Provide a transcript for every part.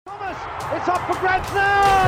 It's up for grabs now!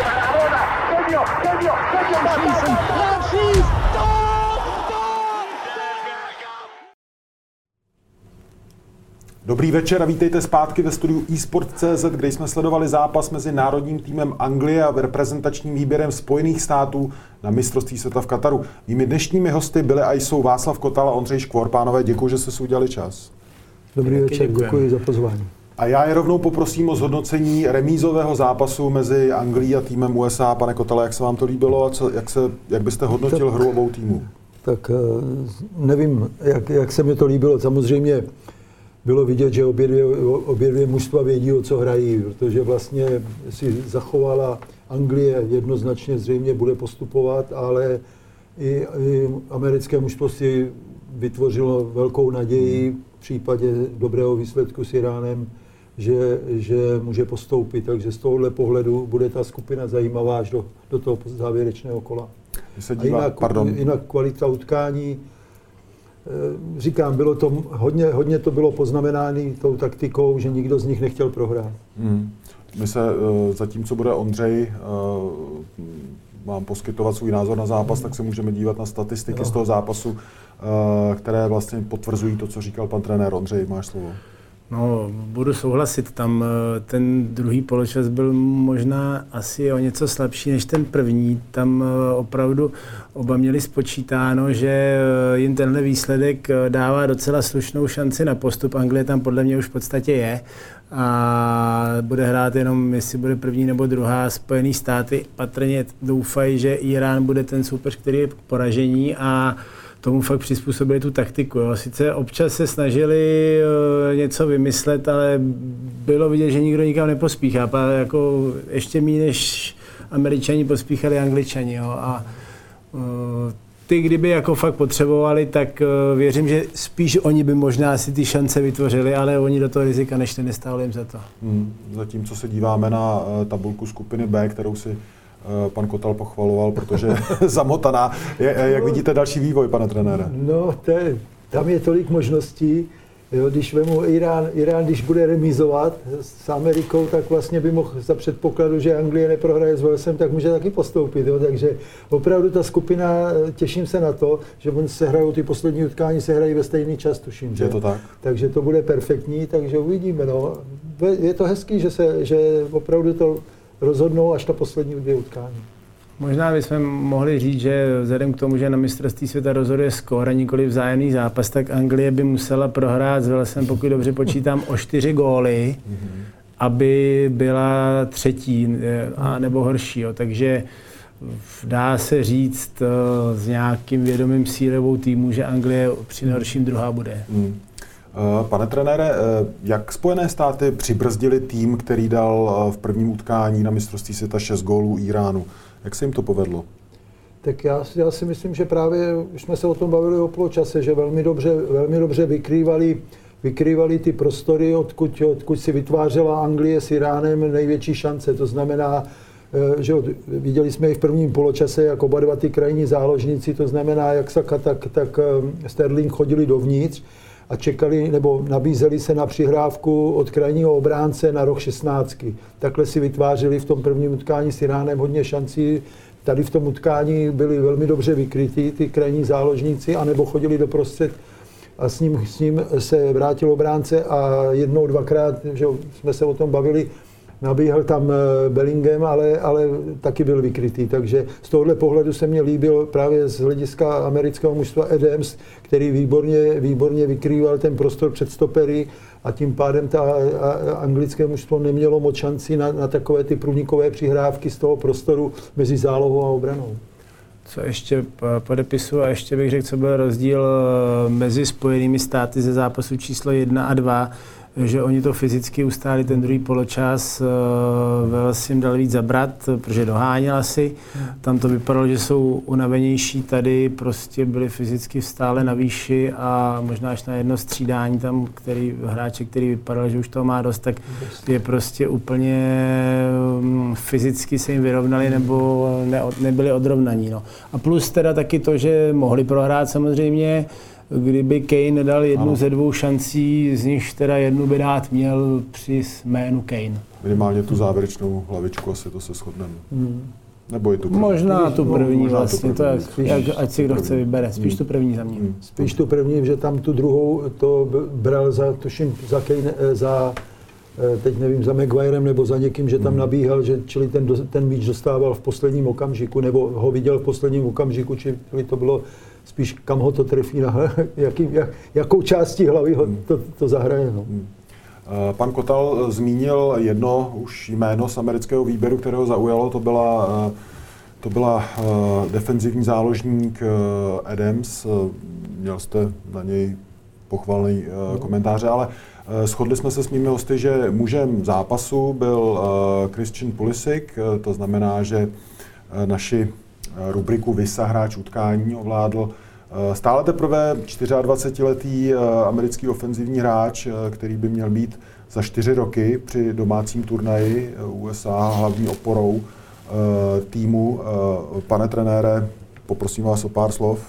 Dobrý večer a vítejte zpátky ve studiu eSport.cz, kde jsme sledovali zápas mezi národním týmem Anglie a reprezentačním výběrem Spojených států na mistrovství světa v Kataru. Mými dnešními hosty byli a jsou Václav Kotal a Ondřej Škvor. Pánové, děkuji, že jste si udělali čas. Dobrý večer, děkuji za pozvání. A já je rovnou poprosím o zhodnocení remízového zápasu mezi Anglií a týmem USA. Pane Kotale, jak se vám to líbilo a jak byste hodnotil hru obou týmů? Tak nevím, jak se mi to líbilo. Samozřejmě bylo vidět, že obě dvě mužstva vědí, o co hrají, protože vlastně si zachovala Anglie, jednoznačně zřejmě bude postupovat, ale i americké mužstvo si vytvořilo velkou naději v případě dobrého výsledku s Iránem, že může postoupit. Takže z tohohle pohledu bude ta skupina zajímavá až do toho závěrečného kola. Jinak kvalita utkání, říkám, bylo to hodně to bylo poznamenáno tou taktikou, že nikdo z nich nechtěl prohrát. My se, zatímco bude Ondřej mám poskytovat svůj názor na zápas, tak se můžeme dívat na statistiky z toho zápasu, které vlastně potvrzují to, co říkal pan trenér. Ondřej, máš slovo. No, budu souhlasit, tam ten druhý poločas byl možná asi o něco slabší než ten první. Tam opravdu oba měli spočítáno, že jim tenhle výsledek dává docela slušnou šanci na postup. Anglie tam podle mě už v podstatě je a bude hrát jenom, jestli bude první nebo druhá. Spojený státy patrně doufají, že Irán bude ten soupeř, který je k poražení a tomu fakt přizpůsobili tu taktiku. Jo. Sice občas se snažili něco vymyslet, ale bylo vidět, že nikdo nikam nepospíchá. Jako ještě méně než Američani pospíchali Angličani. Jo. A ty, kdyby jako fakt potřebovali, tak věřím, že spíš oni by možná si ty šance vytvořili, ale oni do toho rizika nešli, nestálo jim za to. Zatímco se díváme na tabulku skupiny B, kterou si pan Kotal pochvaloval, protože zamotaná. Jak vidíte další vývoj, pane trenére? No, tam je tolik možností. Jo, když vemu Irán, když bude remízovat s Amerikou, tak vlastně by mohl za předpokladu, že Anglie neprohraje s Walesem, tak může taky postoupit. Jo. Takže opravdu ta skupina, těším se na to, že oni se hrajou ty poslední utkání, se hrají ve stejný čas, tuším. Je to tak? Takže to bude perfektní, takže uvidíme. No. Je to hezký, že opravdu to rozhodnou až na poslední dvě utkání. Možná bychom mohli říct, že vzhledem k tomu, že na mistrovství světa rozhoduje skóre a nikoli vzájemný zápas, tak Anglie by musela prohrát s Walesem, pokud dobře počítám, o 4 góly, aby byla třetí a nebo horší. Jo. Takže dá se říct s nějakým vědomým sílovou týmu, že Anglie při nejhorším druhá bude. Pane trenére, jak Spojené státy přibrzdili tým, který dal v prvním utkání na mistrovství světa 6 gólů Iránu? Jak se jim to povedlo? Tak já si myslím, že právě už jsme se o tom bavili o poločase, že velmi dobře vykrývali ty prostory, odkud si vytvářela Anglie s Iránem největší šance. To znamená, že viděli jsme i v prvním poločase, jak oba dva ty krajní záložníci, to znamená, jak Saka, tak Sterling chodili dovnitř a čekali nebo nabízeli se na přihrávku od krajního obránce na roh 16. Takhle si vytvářeli v tom prvním utkání s Iránem hodně šancí. Tady v tom utkání byli velmi dobře vykrytí ty krajní záložníci, anebo chodili doprostřed a s ním se vrátil obránce a jednou, dvakrát, že jsme se o tom bavili, nabíhal tam Bellingham, ale taky byl vykrytý. Takže z tohohle pohledu se mně líbil právě z hlediska amerického mužstva Adams, který výborně vykrýval ten prostor před stopery a tím pádem anglické mužstvo nemělo moc šancí na takové ty průnikové přihrávky z toho prostoru mezi zálohou a obranou. Co ještě podepisu a ještě bych řekl, co byl rozdíl mezi Spojenými státy ze zápasu číslo 1 a 2, že oni to fyzicky ustáli ten druhý poločas, Wales jim dal víc zabrat, protože doháněl asi. Tam to vypadalo, že jsou unavenější, tady prostě byli fyzicky stále na výši a možná až na jedno střídání tam, hráče, který vypadal, že už toho má dost, tak je prostě úplně fyzicky se jim vyrovnali nebo nebyli odrovnaní. No. A plus teda taky to, že mohli prohrát samozřejmě, kdyby Kane dal jednu ze 2 šancí, z nich teda jednu by dát měl při jménu Kane. Minimálně tu závěrečnou hlavičku, asi to se shodneme. Nebo i tu první. Možná tu první vlastně, to ať si kdo chce vybere. Spíš tu první za mě. Spíš tu první, že tam tu druhou to bral tuším za Kane, teď nevím, za Maguirem nebo za někým, že tam nabíhal, že čili ten míč dostával v posledním okamžiku, nebo ho viděl v posledním okamžiku, čili to bylo spíš kam ho to trefí, jakou částí hlavy ho to zahraje. No. Pan Kotal zmínil jedno už jméno z amerického výběru, kterého zaujalo, to byla defenzivní záložník Adams. Měl jste na něj pochvalný komentáře, ale shodli jsme se s mými hosty, že mužem zápasu byl Christian Pulisic, to znamená, že naši rubriku Visa hráč utkání ovládl stále teprve 24letý americký ofenzivní hráč, který by měl být za 4 roky při domácím turnaji USA hlavní oporou týmu. Pane trenére, poprosím vás o pár slov.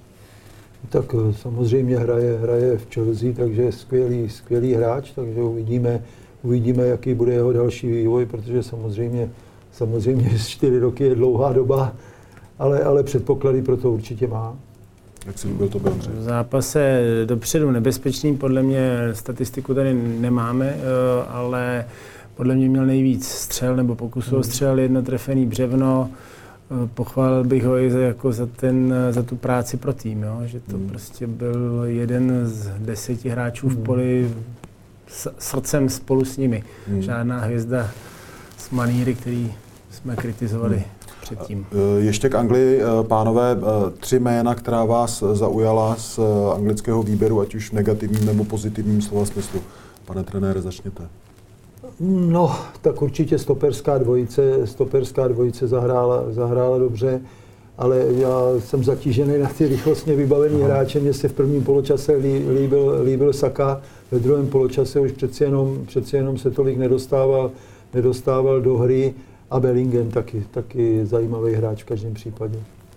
Tak samozřejmě hraje v Chelsea, takže je skvělý hráč, takže uvidíme, jaký bude jeho další vývoj, protože samozřejmě 4 roky je dlouhá doba, ale předpoklady pro to určitě má. Jak si líbil to byl? V zápase dopředu nebezpečný, podle mě statistiku tady nemáme, ale podle mě měl nejvíc střel nebo pokusů o střel, jedno trefený břevno. Pochválil bych ho i za tu práci pro tým, jo? Že to prostě byl jeden z 10 hráčů v poli srdcem spolu s nimi. Žádná hvězda z Maníry, který jsme kritizovali předtím. Ještě k Anglii, pánové, 3 jména, která vás zaujala z anglického výběru, ať už v negativním nebo pozitivním slova smyslu. Pane trenére, začněte. No, tak určitě stoperská dvojice zahrála dobře, ale já jsem zatížený na ty rychlostně vybavený hráče. Mně se v prvním poločase líbil Saka, ve druhém poločase už přeci jenom se tolik nedostával do hry a Bellingham taky zajímavý hráč v každém případě.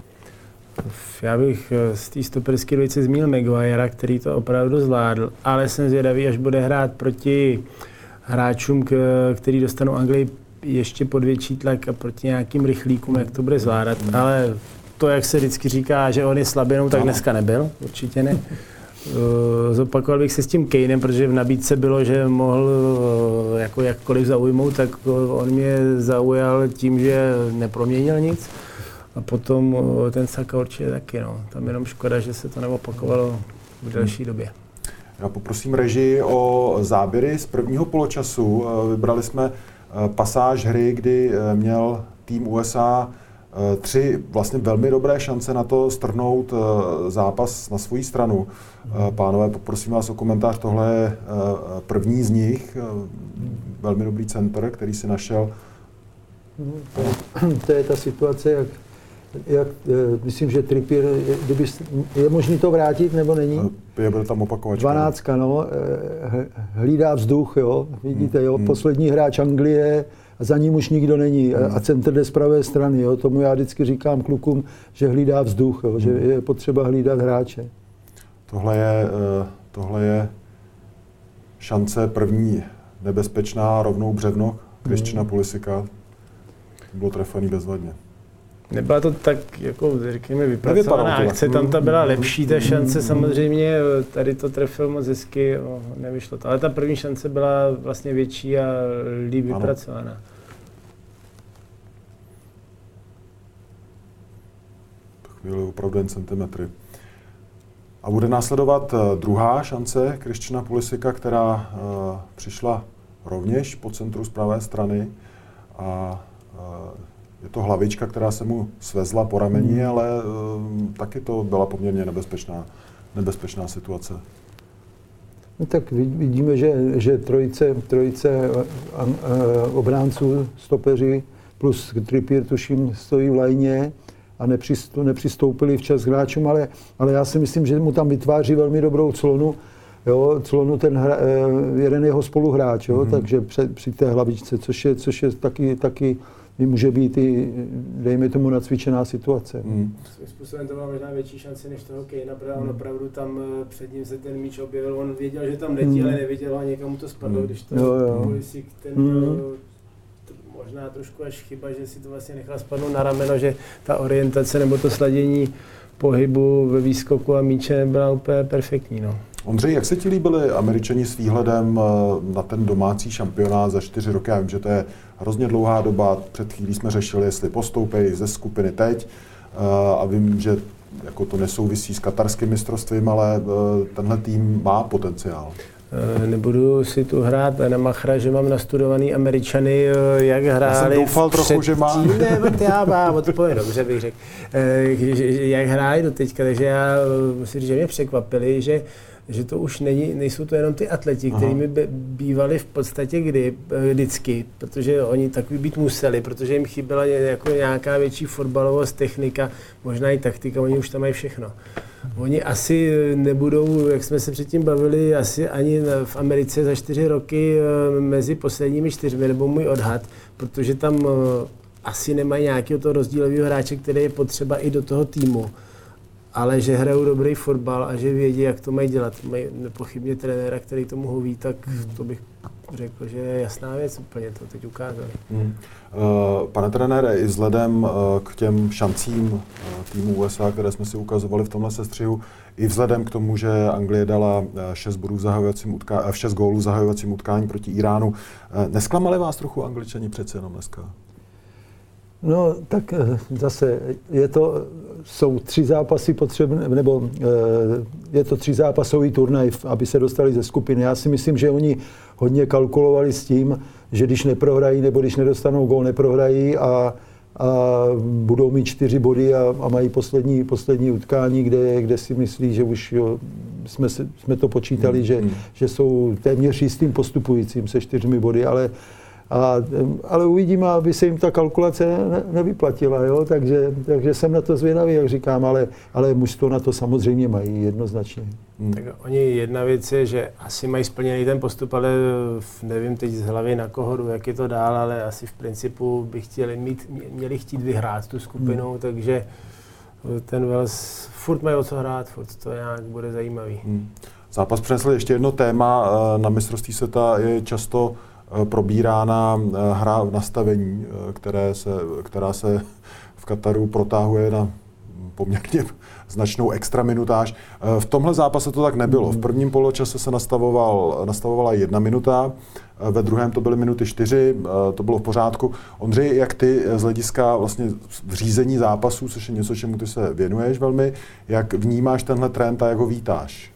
Já bych z té stoperské dvojice zmínil Maguirea, který to opravdu zvládl, ale jsem zvědavý, až bude hrát proti hráčům, který dostanou Anglii ještě pod větší tlak a proti nějakým rychlíkům, jak to bude zvládat. Ale to, jak se vždycky říká, že on je slabinou, tak dneska nebyl, určitě ne. Zopakoval bych se s tím Kanem, protože v nabídce bylo, že mohl jako jakkoliv zaujmout, tak on mě zaujal tím, že neproměnil nic. A potom ten Saka určitě taky. No. Tam jenom škoda, že se to neopakovalo v delší době. Já poprosím režii o záběry z prvního poločasu. Vybrali jsme pasáž hry, kdy měl tým USA 3 vlastně velmi dobré šance na to strhnout zápas na svou stranu. Pánové, poprosím vás o komentář. Tohle je první z nich, velmi dobrý center, který si našel. To je ta situace, jak myslím, že Trippier, je možné to vrátit, nebo není? Bude tam opakovat. 12, no, hlídá vzduch, jo, vidíte, jo, poslední hráč Anglie a za ním už nikdo není a centr jde z pravé strany, jo, tomu já vždycky říkám klukům, že hlídá vzduch, jo, že je potřeba hlídat hráče. Tohle je šance první nebezpečná, rovnou břevno Christiana Pulisica. Bylo trefený bezvadně. Nebyla to tak, jako řekněme, vypracovaná akce, tam ta byla lepší, ta šance samozřejmě, tady to trefil moc hezky, nevyšlo to, ale ta první šance byla vlastně větší a líp vypracovaná. To chvíli opravdu jen centimetry. A bude následovat druhá šance Christiana Pulisica, která přišla rovněž po centru z pravé strany a je to hlavička, která se mu svezla po rameni, ale taky to byla poměrně nebezpečná situace. No tak vidíme, že trojice obránců, stopeři plus Trippier, tuším, stojí v lajně a nepřistoupili včas k hráčům, ale já si myslím, že mu tam vytváří velmi dobrou clonu, clonu jeden jeho spoluhráč, takže při té hlavičce, což je taky může být i, dejme tomu, nacvičená situace. Svým způsobem to má možná větší šanci než toho Kejna, protože on opravdu tam před ním se ten míč objevil, on věděl, že tam letí, ale nevěděl a někomu to spadlo, když to polisík ten možná trošku až chyba, že si to vlastně nechal spadnout na rameno, že ta orientace nebo to sladění pohybu ve výskoku a míče nebyla úplně perfektní. No. Ondřej, jak se ti líbili Američani s výhledem na ten domácí šampionát za 4 roky? Já vím, že to je hrozně dlouhá doba. Před chvílí jsme řešili, jestli postoupí ze skupiny teď. A vím, že jako to nesouvisí s katarským mistrovstvím, ale tenhle tým má potenciál. Nebudu si tu hrát na machra, že mám nastudovaný Američany, jak hráli. Já jsem doufal trochu, že má. Ne, já mám odpověď, dobře bych řekl. Jak hráli do teďka, takže já musím říct, že mě překvapili, že to už nejsou to jenom ty atleti, kterými bývali v podstatě vždycky, protože oni takový být museli, protože jim chyběla jako nějaká větší fotbalovost, technika, možná i taktika, oni už tam mají všechno. Oni asi nebudou, jak jsme se předtím bavili, asi ani v Americe za 4 roky mezi posledními 4, nebo můj odhad, protože tam asi nemají nějakého toho rozdílového hráče, který je potřeba i do toho týmu. Ale že hrajou dobrý fotbal a že vědí, jak to mají dělat. Mají nepochybně trenéra, který tomu hoví, tak to bych řekl, že je jasná věc, úplně to teď ukázali. Pane trenére, i vzhledem k těm šancím týmu USA, které jsme si ukazovali v tomhle sestřihu, i vzhledem k tomu, že Anglie dala 6 gólů v zahajovacím utkání proti Iránu, nesklamali vás trochu Angličani přece jenom dneska? No, tak zase jsou 3 zápasy potřebné, nebo je to 3 zápasový turnaj, aby se dostali ze skupiny. Já si myslím, že oni hodně kalkulovali s tím, že když neprohrají, nebo když nedostanou gól, neprohrají a budou mít 4 body a mají poslední utkání, kde si myslí, že už jsme to počítali, že jsou téměř jistým postupujícím se 4 body, ale uvidíme, aby se jim ta kalkulace nevyplatila, jo? Takže jsem na to zvědavý, jak říkám, ale mužstvo na to samozřejmě mají jednoznačně. Tak oni jedna věc je, že asi mají splněný ten postup, ale nevím teď z hlavy na kohodu, jak je to dál, ale asi v principu by měli chtít vyhrát tu skupinu, takže ten Wales furt mají o co hrát, furt to nějak bude zajímavý. Zápas přinesl ještě jedno téma, na mistrovství světa je často probírána hra v nastavení, která se v Kataru protáhuje na poměrně značnou extra minutáž. V tomhle zápase to tak nebylo. V prvním poločase se nastavovala 1 minuta, ve druhém to byly minuty 4, to bylo v pořádku. Ondřej, jak ty z hlediska vlastně řízení zápasů, což je něco, čemu ty se věnuješ velmi, jak vnímáš tenhle trend a jak ho vítáš?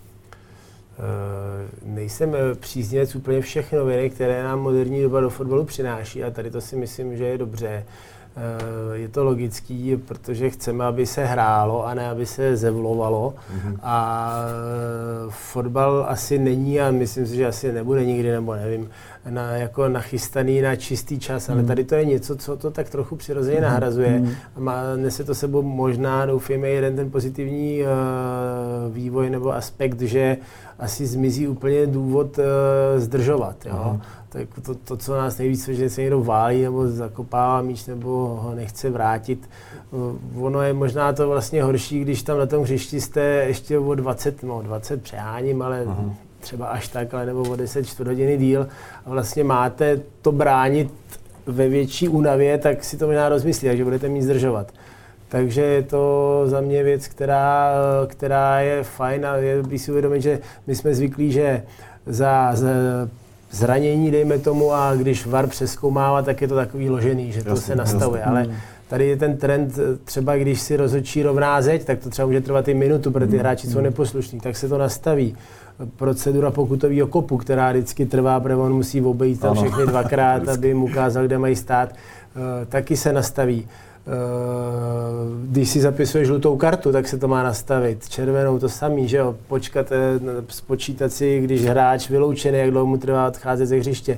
Nejsem příznivec úplně všech novinek, které nám moderní doba do fotbalu přináší a tady to si myslím, že je dobře. Je to logický, protože chceme, aby se hrálo a ne, aby se zevlovalo. A fotbal asi není a myslím si, že asi nebude nikdy, nebo nevím, jako nachystaný na čistý čas, ale tady to je něco, co to tak trochu přirozeně nahrazuje. A nese to sebou možná, doufejme, jeden ten pozitivní vývoj nebo aspekt, že asi zmizí úplně důvod zdržovat. Jo? Tak to, co nás nejvíc, že se někdo válí nebo zakopává míč nebo ho nechce vrátit. Ono je možná to vlastně horší, když tam na tom hřišti jste ještě o 20 přeháním, ale třeba až tak, ale nebo o 10 čtvrthodiny díl a vlastně máte to bránit ve větší únavě, tak si to možná rozmyslí, že budete mít zdržovat. Takže je to za mě věc, která je fajn a je dobrý si uvědomit, že my jsme zvyklí, že za zranění, dejme tomu, a když VAR přezkoumává, tak je to takový ložený, že to se nastavuje. Ale tady je ten trend, třeba když si rozhodčí rovná zeď, tak to třeba může trvat i minutu, protože ty hráči jsou neposlušní, tak se to nastaví. Procedura pokutového kopu, která vždycky trvá, protože on musí obejít tam všechny 2krát, aby jim ukázal, kde mají stát, taky se nastaví. Když si zapisuješ žlutou kartu, tak se to má nastavit. Červenou to samý, že jo? Počkat, spočítat si, když hráč vyloučený, jak dlouho mu trvá odcházet ze hřiště.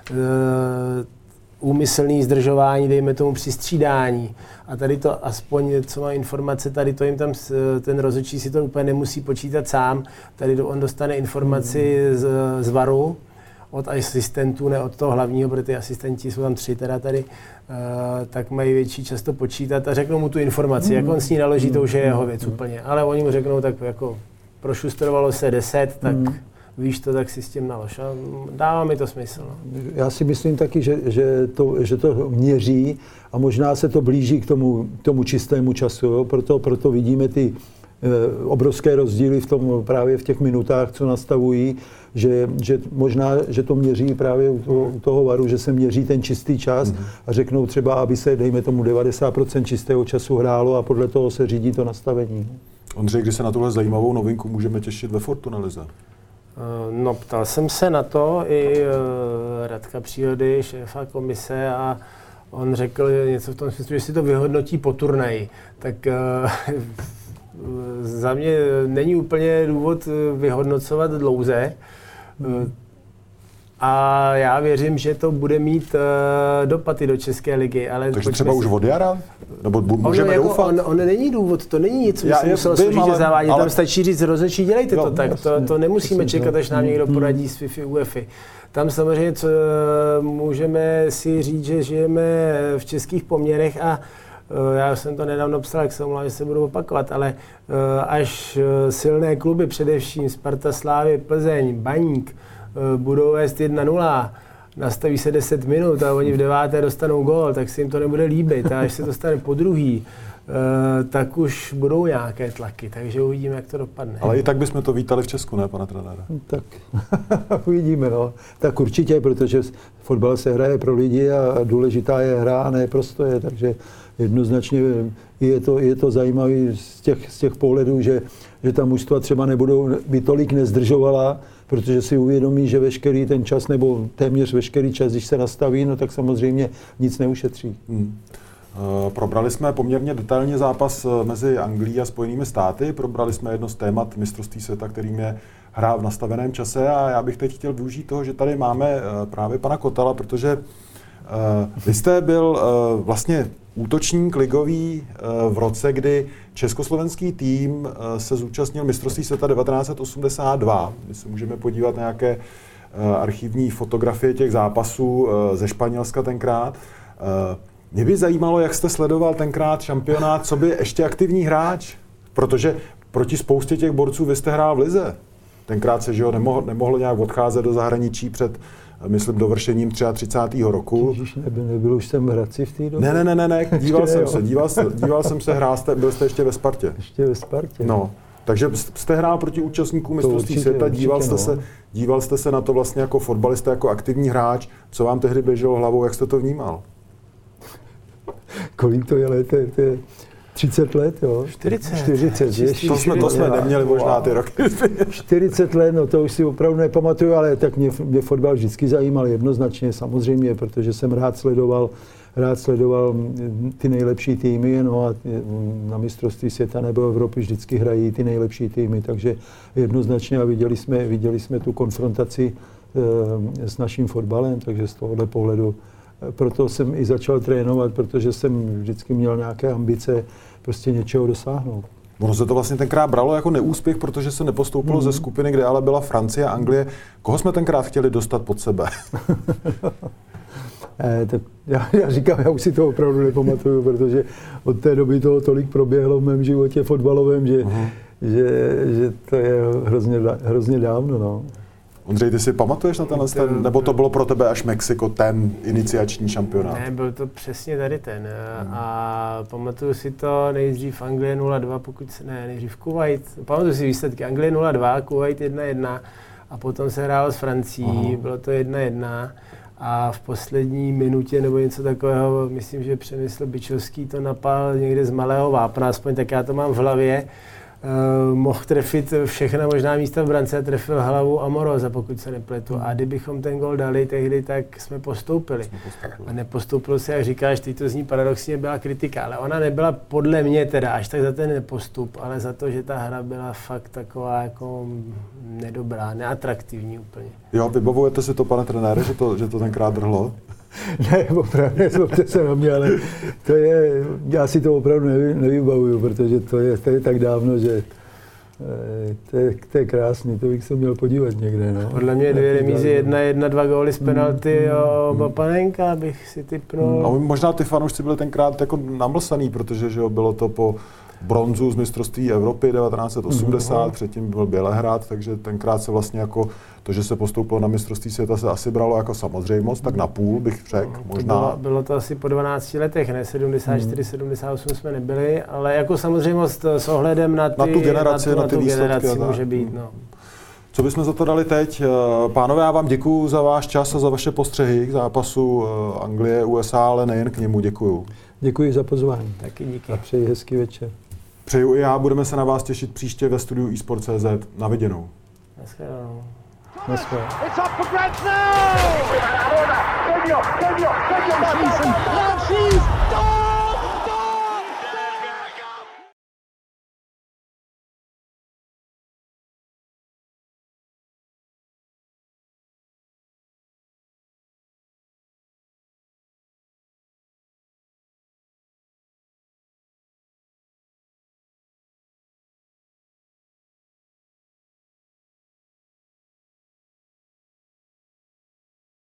Úmyslný zdržování, dejme tomu při střídání. A tady to aspoň, co má informace, tady to jim tam ten rozhodčí si to úplně nemusí počítat sám. Tady on dostane informaci z VARu od asistentů, ne od toho hlavního, protože ty asistenti jsou tam 3 teda tady, tak mají větší často počítat a řeknou mu tu informaci, jak on s ní naloží, to už je jeho věc úplně. Ale oni mu řeknou tak jako prošustrovalo se 10, tak víš to, tak si s tím nalož. A dává mi to smysl. No. Já si myslím taky, že to měří a možná se to blíží k tomu čistému času. Jo? Proto vidíme ty obrovské rozdíly právě v těch minutách, co nastavují, že možná, že to měří právě u toho VARu, že se měří ten čistý čas a řeknou třeba, aby se, dejme tomu, 90% čistého času hrálo a podle toho se řídí to nastavení. Ondřej, kdy se na tuhle zajímavou novinku můžeme těšit ve Fortuna lize? No, ptal jsem se na to i Radka Příhody, šéfa komise, a on řekl něco v tom smyslu, že si to vyhodnotí po turnaji. Tak za mě není úplně důvod vyhodnocovat dlouze. A já věřím, že to bude mít dopad i do České ligy. Ale takže třeba už od jara? Nebo můžeme doufat? On není důvod, to není nic, co by se muselo složitě zavádět. Tam stačí říct, rozhodčí, dělejte to tak. To nemusíme čekat, až nám někdo poradí z FIFA, UEFA. Tam samozřejmě můžeme si říct, že žijeme v českých poměrech a já jsem to nedávno psal, jak se omlouvám, že se budu opakovat, ale až silné kluby, především Sparta, Slavie, Plzeň, Baník, budou vést 1-0, nastaví se 10 minut a oni v 9. dostanou gól, tak si jim to nebude líbit. A až se to stane po druhý, tak už budou nějaké tlaky, takže uvidíme, jak to dopadne. Ale i tak bychom to vítali v Česku, ne, pane trenére? Tak uvidíme, no. Tak určitě, protože fotbal se hraje pro lidi a důležitá je hra a ne prostoje, takže jednoznačně je to zajímavé z těch pohledů, že ta mužstva třeba by tolik nezdržovala, protože si uvědomí, že veškerý ten čas, nebo téměř veškerý čas, když se nastaví, no tak samozřejmě nic neušetří. Probrali jsme poměrně detailně zápas mezi Anglií a Spojenými státy, probrali jsme jedno z témat mistrovství světa, kterým je hra v nastaveném čase, a já bych teď chtěl využít toho, že tady máme právě pana Kotala, protože vy jste byl vlastně útočník ligový v roce, kdy československý tým se zúčastnil mistrovství světa 1982. My se můžeme podívat na nějaké archivní fotografie těch zápasů ze Španělska tenkrát. Mě by zajímalo, jak jste sledoval tenkrát šampionát, co by ještě aktivní hráč, protože proti spoustě těch borců vy jste hrál v lize. Tenkrát se, že jo, nemohlo nějak odcházet do zahraničí před, myslím, dovršením 33. roku. Ježiš, nebyl už jsem v Hradci v té době? Ne, díval jsem se, byl jste ještě ve Spartě. Ještě ve Spartě. No, takže jste hrál proti účastníkům mistrovství světa, díval jste se na to vlastně jako fotbalista, jako aktivní hráč. Co vám tehdy běželo hlavou, jak jste to vnímal? Kolik to je let? To je 30 let, jo? 40. To jsme neměli možná ty roky. 40 let, no to už si opravdu nepamatuju, ale tak mě fotbal vždycky zajímal jednoznačně, samozřejmě, protože jsem rád sledoval ty nejlepší týmy, no a na mistrovství světa nebo Evropy vždycky hrají ty nejlepší týmy, takže jednoznačně a viděli jsme tu konfrontaci s naším fotbalem, takže z tohohle pohledu proto jsem i začal trénovat, protože jsem vždycky měl nějaké ambice prostě něčeho dosáhnout. Ono se to vlastně tenkrát bralo jako neúspěch, protože se nepostoupilo ze skupiny, kde ale byla Francie a Anglie. Koho jsme tenkrát chtěli dostat pod sebe? Tak já říkám, já už si to opravdu nepamatuju, protože od té doby toho tolik proběhlo v mém životě fotbalovém, že to je hrozně dávno. No. Ondřej, ty si pamatuješ na tenhle nebo to bylo pro tebe až Mexiko, ten iniciační šampionát? Ne, byl to přesně tady ten. A pamatuju si to nejdřív Anglie 0-2, nejdřív Kuwait. Pamatuju si výsledky Anglie 0-2, Kuwait 1-1 a potom se hrálo s Francií, bylo to 1-1 a v poslední minutě nebo něco takového, myslím, že Přemysl Bičovský to napál někde z malého vápna, aspoň tak já to mám v hlavě. Mohl trefit všechna možná místa v brance a trefil hlavu Amorosa, pokud se nepletu. A kdybychom ten gol dali tehdy, tak jsme postoupili. A nepostoupilo se, jak říkáš, teď to zní paradoxně, byla kritika, ale ona nebyla podle mě teda až tak za ten nepostup, ale za to, že ta hra byla fakt taková jako nedobrá, neatraktivní úplně. Jo, vybavujete si to, pane trenére, že to tenkrát drhlo? Ne, opravdu nezlobte se na mě, ale to je, já si to opravdu nevybavuju, protože to je tak dávno, že To je krásný, to bych se měl podívat někde. No. Podle mě 2 remízy, 1-1, 2 góly z penalty a Panenka bych si tipnul. A možná ty fanoušci byli tenkrát jako namlsaný, protože že jo, bylo to po bronzu z mistrovství Evropy 1980, předtím byl Bělehrad, takže tenkrát se vlastně jako to, že se postoupilo na mistrovství světa, se asi bralo jako samozřejmost, tak na půl bych řekl, možná. Bylo to asi po 12 letech, ne? 74, 78 jsme nebyli, ale jako samozřejmost s ohledem na tu generaci, na ty výsledky. Může být, no. Co bychom za to dali teď? Pánové, já vám děkuju za váš čas a za vaše postřehy k zápasu Anglie, USA, ale nejen k němu. Děkuju. Děkuji za pozvání. Taky díky. A přeji hezký večer. Přeju i já, budeme se na vás těšit příště ve studiu eSport.cz. Na viděnou. Naschledanou. It's up for grabs now!